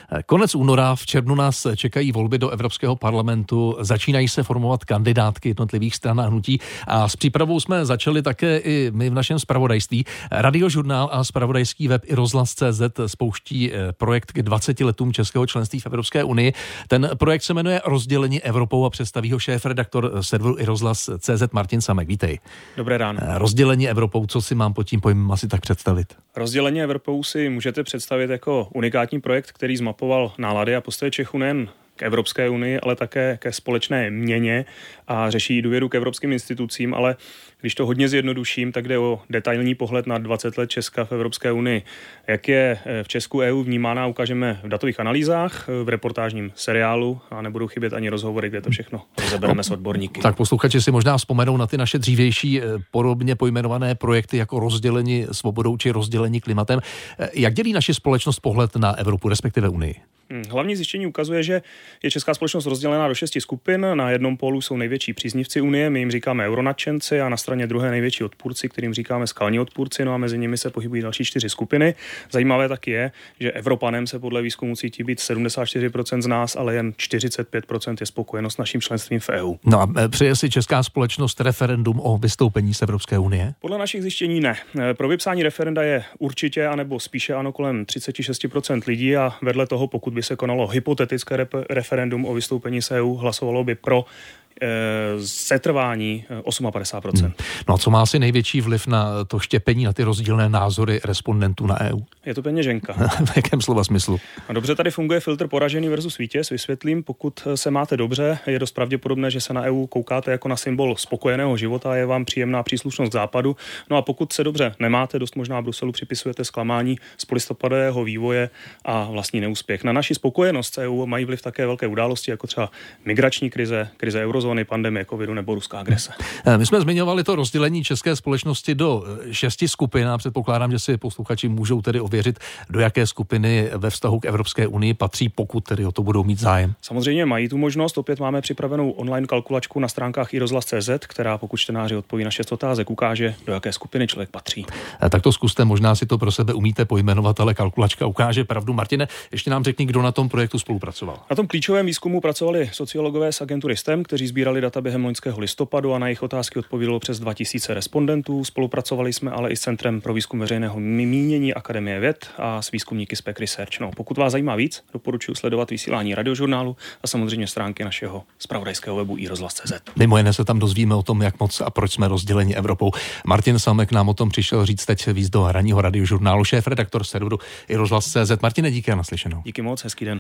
Konec února, v červnu nás čekají volby do Evropského parlamentu, začínají se formovat kandidátky jednotlivých stran a hnutí a s přípravou jsme začali také i my v našem zpravodajství. Radiožurnál a zpravodajský web iRozhlas.cz spouští projekt k 20 letům českého členství v Evropské unii. Ten projekt se jmenuje Rozdělení Evropou a představí ho šéfredaktor serveru iRozhlas.cz Martin Samek. Vítej. Dobré ráno. Rozdělení Evropou, co si mám pod tím pojmem asi tak představit? Rozdělení Evropou si můžete představit jako unikátní projekt, který zmapoval nálady a postoje Čechů nejen k Evropské unii, ale také ke společné měně a řeší důvěru k evropským institucím, ale když to hodně zjednoduším, tak jde o detailní pohled na 20 let Česka v Evropské unii. Jak je v Česku EU vnímána, ukážeme v datových analýzách, v reportážním seriálu a nebudou chybět ani rozhovory, kde to všechno rozebereme s odborníky. Tak posluchači si možná vzpomenou na ty naše dřívější podobně pojmenované projekty jako Rozdělení svobodou či Rozdělení klimatem. Jak dělí naši společnost pohled na Evropu, respektive Unii? Hlavní zjištění ukazuje, že je česká společnost rozdělená do 6 skupin. Na jednom pólu jsou největší příznivci Unie, my jim říkáme euronadšenci, a na straně druhé největší odpůrci, kterým říkáme skalní odpůrci, no a mezi nimi se pohybují další 4 skupiny. Zajímavé taky je, že Evropanem se podle výzkumu cítí být 74% z nás, ale jen 45% je spokojenost s naším členstvím v EU. No a přeje si česká společnost referendum o vystoupení z Evropské unie? Podle našich zjištění ne. Pro vypsání referenda je určitě anebo spíše ano kolem 36% lidí a vedle toho, pokud by se konalo hypotetické referendum o vystoupení z EU, hlasovalo by pro setrvání 58%. No a co má asi největší vliv na to štěpení, na ty rozdílné názory respondentů na EU? Je to peněženka. V jakém slova smyslu? A dobře, tady funguje filtr poražený versus vítěz. Vysvětlím, pokud se máte dobře, je dost pravděpodobné, že se na EU koukáte jako na symbol spokojeného života a je vám příjemná příslušnost k západu. No a pokud se dobře nemáte, dost možná Bruselu připisujete zklamání z polistopadového vývoje a vlastní neúspěch. Na naši spokojenost s EU mají vliv také velké události, jako třeba migrační krize eurozóny, pandemie covidu nebo ruská agrese. My jsme zmiňovali to rozdělení české společnosti do 6 skupin a předpokládám, že si posluchači můžou tedy ověřit, do jaké skupiny ve vztahu k Evropské unii patří, pokud tedy o to budou mít zájem. Samozřejmě mají tu možnost, opět máme připravenou online kalkulačku na stránkách iRozhlas.cz, která pokud čtenáři odpoví na 6 otázek, ukáže, do jaké skupiny člověk patří. Tak to zkuste, možná si to pro sebe umíte pojmenovat, ale kalkulačka ukáže pravdu. Martine, ještě nám řekni, kdo na tom projektu spolupracoval. Na tom klíčovém výzkumu pracovali sociologové z agentury STEM, kteří sbírali data během loňského listopadu a na jejich otázky odpovědělo přes 2000 respondentů. Spolupracovali jsme ale i s Centrem pro výzkum veřejného mínění Akademie věd a s výzkumníky Spec Research. No, pokud vás zajímá víc, doporučuji sledovat vysílání Radiožurnálu a samozřejmě stránky našeho zpravodajského webu iRozhlas.cz. Mimo jiné se tam dozvíme o tom, jak moc a proč jsme rozděleni Evropou. Martin Samek nám o tom přišel říct teď víc do ranního Radiožurnálu, šéfredaktor serveru iRozhlas.cz. Martine, díky a naslyšenou. Díky moc, hezký den.